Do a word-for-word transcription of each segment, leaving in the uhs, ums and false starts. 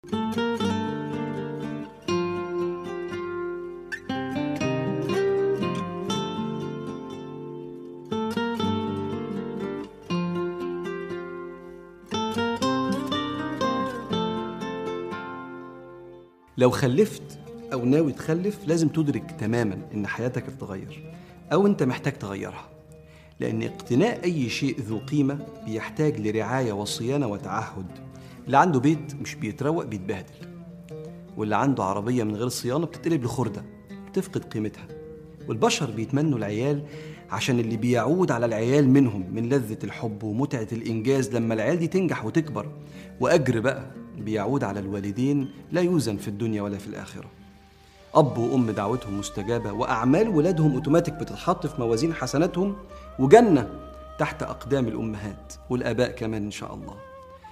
لو خلفت أو ناوي تخلف لازم تدرك تماماً إن حياتك هتتغير أو أنت محتاج تغيرها، لأن اقتناء أي شيء ذو قيمة بيحتاج لرعاية وصيانة وتعهد. اللي عنده بيت مش بيتروق بيتبهدل، واللي عنده عربية من غير صيانة بتتقلب لخردة بتفقد قيمتها. والبشر بيتمنوا العيال عشان اللي بيعود على العيال منهم من لذة الحب ومتعة الإنجاز لما العيال دي تنجح وتكبر، وأجر بقى بيعود على الوالدين لا يوزن في الدنيا ولا في الآخرة. أب وأم دعوتهم مستجابة، وأعمال ولادهم أوتوماتيك بتتحط في موازين حسناتهم، وجنة تحت أقدام الأمهات والآباء كمان إن شاء الله.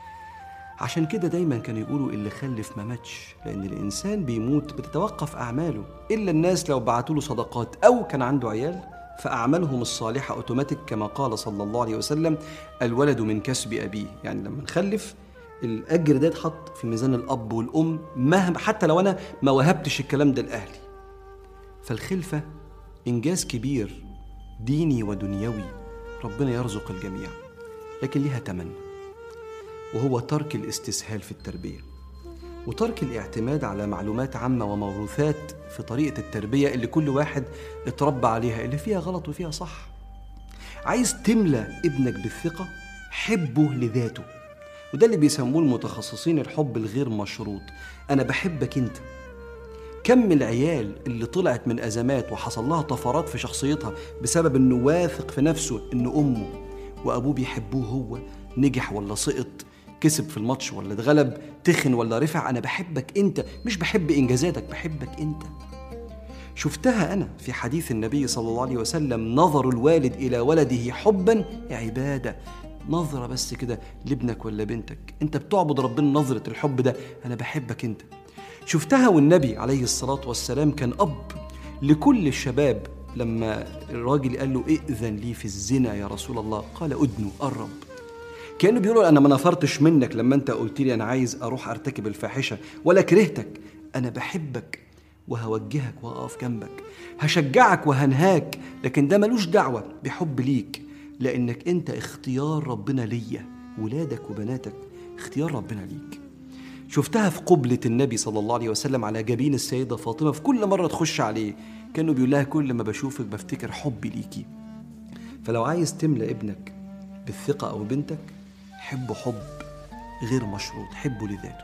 عشان كده دايما كانوا يقولوا اللي خلف ما ماتش، لأن الإنسان بيموت بتتوقف أعماله، إلا الناس لو بعتوا له صدقات أو كان عنده عيال فأعمالهم الصالحة أوتوماتيك، كما قال صلى الله عليه وسلم: الولد من كسب أبيه. يعني لما نخلف الأجر ده يتحط في ميزان الأب والأم، مهما حتى لو أنا ما وهبتش الكلام ده لأهلي. فالخلفة إنجاز كبير ديني ودنيوي، ربنا يرزق الجميع، لكن ليها تمن، وهو ترك الاستسهال في التربية، وترك الاعتماد على معلومات عامة وموروثات في طريقة التربية اللي كل واحد اتربى عليها، اللي فيها غلط وفيها صح. عايز تملى ابنك بالثقة، حبه لذاته، وده اللي بيسموه المتخصصين الحب الغير مشروط. أنا بحبك أنت. كم العيال اللي طلعت من أزمات وحصل لها طفرات في شخصيتها بسبب أنه واثق في نفسه أن أمه وأبوه بيحبوه، هو نجح ولا سقط، كسب في الماتش ولا اتغلب، تخن ولا رفع. أنا بحبك أنت، مش بحب إنجازاتك، بحبك أنت. شفتها أنا في حديث النبي صلى الله عليه وسلم: نظر الوالد إلى ولده حبا عبادة. نظرة بس كده لابنك ولا بنتك، أنت بتعبد ربنا نظرة الحب ده، أنا بحبك أنت. شفتها والنبي عليه الصلاة والسلام كان أب لكل الشباب، لما الراجل قال له: ائذن لي في الزنا يا رسول الله، قال: أدنو، قرب. كانوا بيقولوا: أنا ما نفرتش منك لما أنت قلت لي أنا عايز أروح أرتكب الفاحشة، ولا كرهتك، أنا بحبك وهوجهك وهقف جنبك، هشجعك وهنهاك، لكن ده ملوش دعوة بحب ليك، لأنك أنت اختيار ربنا ليا، ولادك وبناتك اختيار ربنا ليك. شفتها في قبلة النبي صلى الله عليه وسلم على جبين السيدة فاطمة، في كل مرة تخش عليه كانوا بيقول لها: كل ما بشوفك بفتكر حبي ليكي. فلو عايز تملى ابنك بالثقة أو بنتك، حبه حب غير مشروط، حبه لذاته.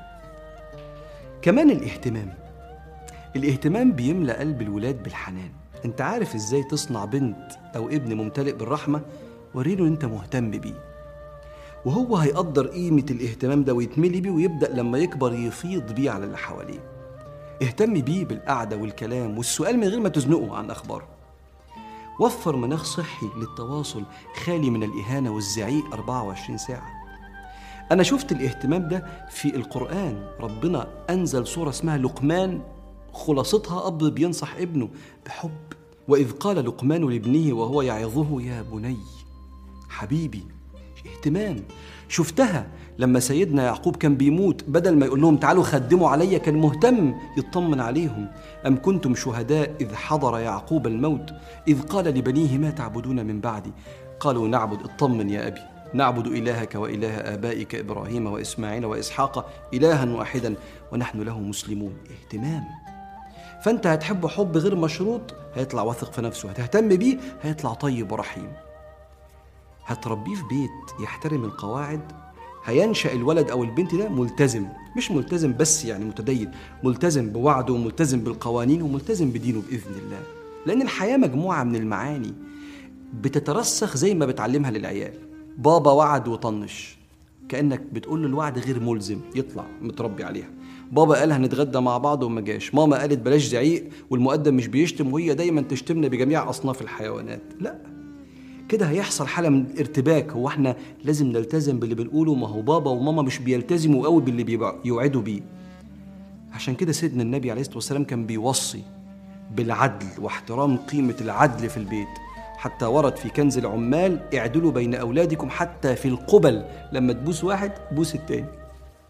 كمان الاهتمام الاهتمام بيملى قلب الولاد بالحنان. انت عارف ازاي تصنع بنت او ابن ممتلئ بالرحمة؟ وريله انت مهتم بيه، وهو هيقدر قيمة الاهتمام ده ويتملي بيه، ويبدأ لما يكبر يفيض بيه على اللي حواليه. اهتم بيه بالقعدة والكلام والسؤال من غير ما تزنقه عن أخباره. وفر مناخ صحي للتواصل خالي من الإهانة والزعيق أربعة وعشرين ساعة. أنا شفت الاهتمام ده في القرآن، ربنا أنزل سورة اسمها لقمان، خلاصتها أب بينصح ابنه بحب: وإذ قال لقمان لابنه وهو يعظه: يا بني، حبيبي. اهتمام. شفتها لما سيدنا يعقوب كان بيموت، بدل ما يقول لهم تعالوا خدموا عليا، كان مهتم يطمن عليهم: أم كنتم شهداء إذ حضر يعقوب الموت إذ قال لبنيه ما تعبدون من بعدي قالوا نعبد، اطمن يا أبي، نعبد إلهك وإله آبائك إبراهيم وإسماعيل وإسحاق إلها واحدا ونحن له مسلمون. اهتمام. فأنت هتحبه حب غير مشروط، هيطلع واثق في نفسه، هتهتم بيه، هيطلع طيب ورحيم. هتربيه في بيت يحترم القواعد، هينشأ الولد أو البنت ده ملتزم، مش ملتزم بس يعني متدين، ملتزم بوعده وملتزم بالقوانين وملتزم بدينه بإذن الله. لأن الحياة مجموعة من المعاني بتترسخ زي ما بتعلمها للعيال. بابا وعد وطنش، كأنك بتقول له الوعد غير ملزم، يطلع متربي عليها. بابا قال هنتغدى مع بعض وما جاش، ماما قالت بلاش زعيق والمقدم مش بيشتم وهي دايما تشتمنا بجميع أصناف الحيوانات. لا، كده هيحصل حالة من ارتباك. هو احنا لازم نلتزم باللي بنقوله؟ ما هو بابا وماما مش بيلتزموا قوي باللي بيوعدوا بيه. عشان كده سيدنا النبي عليه الصلاة والسلام كان بيوصي بالعدل واحترام قيمة العدل في البيت، حتى ورد في كنز العمال: اعدلوا بين أولادكم حتى في القبل، لما تبوس واحد بوس التاني.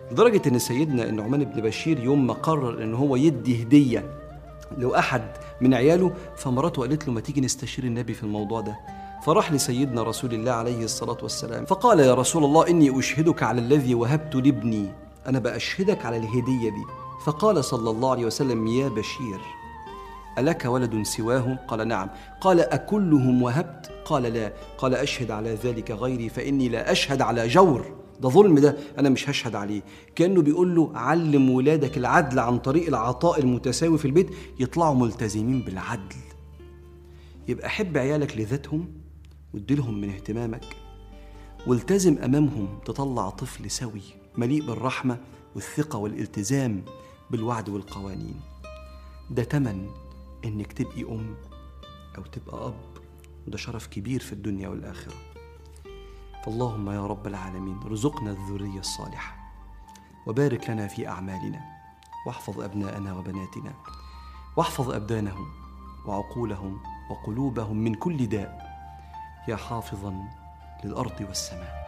لدرجة إن سيدنا النعمان بن بشير يوم ما قرر إن هو يدي هدية لأحد من عياله، فمراته قالت له ما تيجي نستشير النبي في الموضوع ده. فراح لسيدنا رسول الله عليه الصلاة والسلام فقال يا رسول الله إني أشهدك على الذي وهبت لابني، أنا بأشهدك على الهدية دي. فقال صلى الله عليه وسلم يا بشير ألك ولد سواه؟ قال نعم. قال أكلهم وهبت؟ قال لا. قال أشهد على ذلك غيري فإني لا أشهد على جور، ده ظلم، ده أنا مش هشهد عليه. كأنه بيقول له علم ولادك العدل عن طريق العطاء المتساوي في البيت، يطلعوا ملتزمين بالعدل. يبقى حب عيالك لذاتهم واديلهم من اهتمامك، والتزم أمامهم تطلع طفل سوي مليء بالرحمة والثقة والالتزام بالوعد والقوانين. ده تمن إنك تبقي أم أو تبقى أب، وده شرف كبير في الدنيا والآخرة. فاللهم يا رب العالمين رزقنا الذرية الصالحة، وبارك لنا في أعمالنا، واحفظ أبناءنا وبناتنا، واحفظ أبدانهم وعقولهم وقلوبهم من كل داء، يا حافظا للأرض والسماء.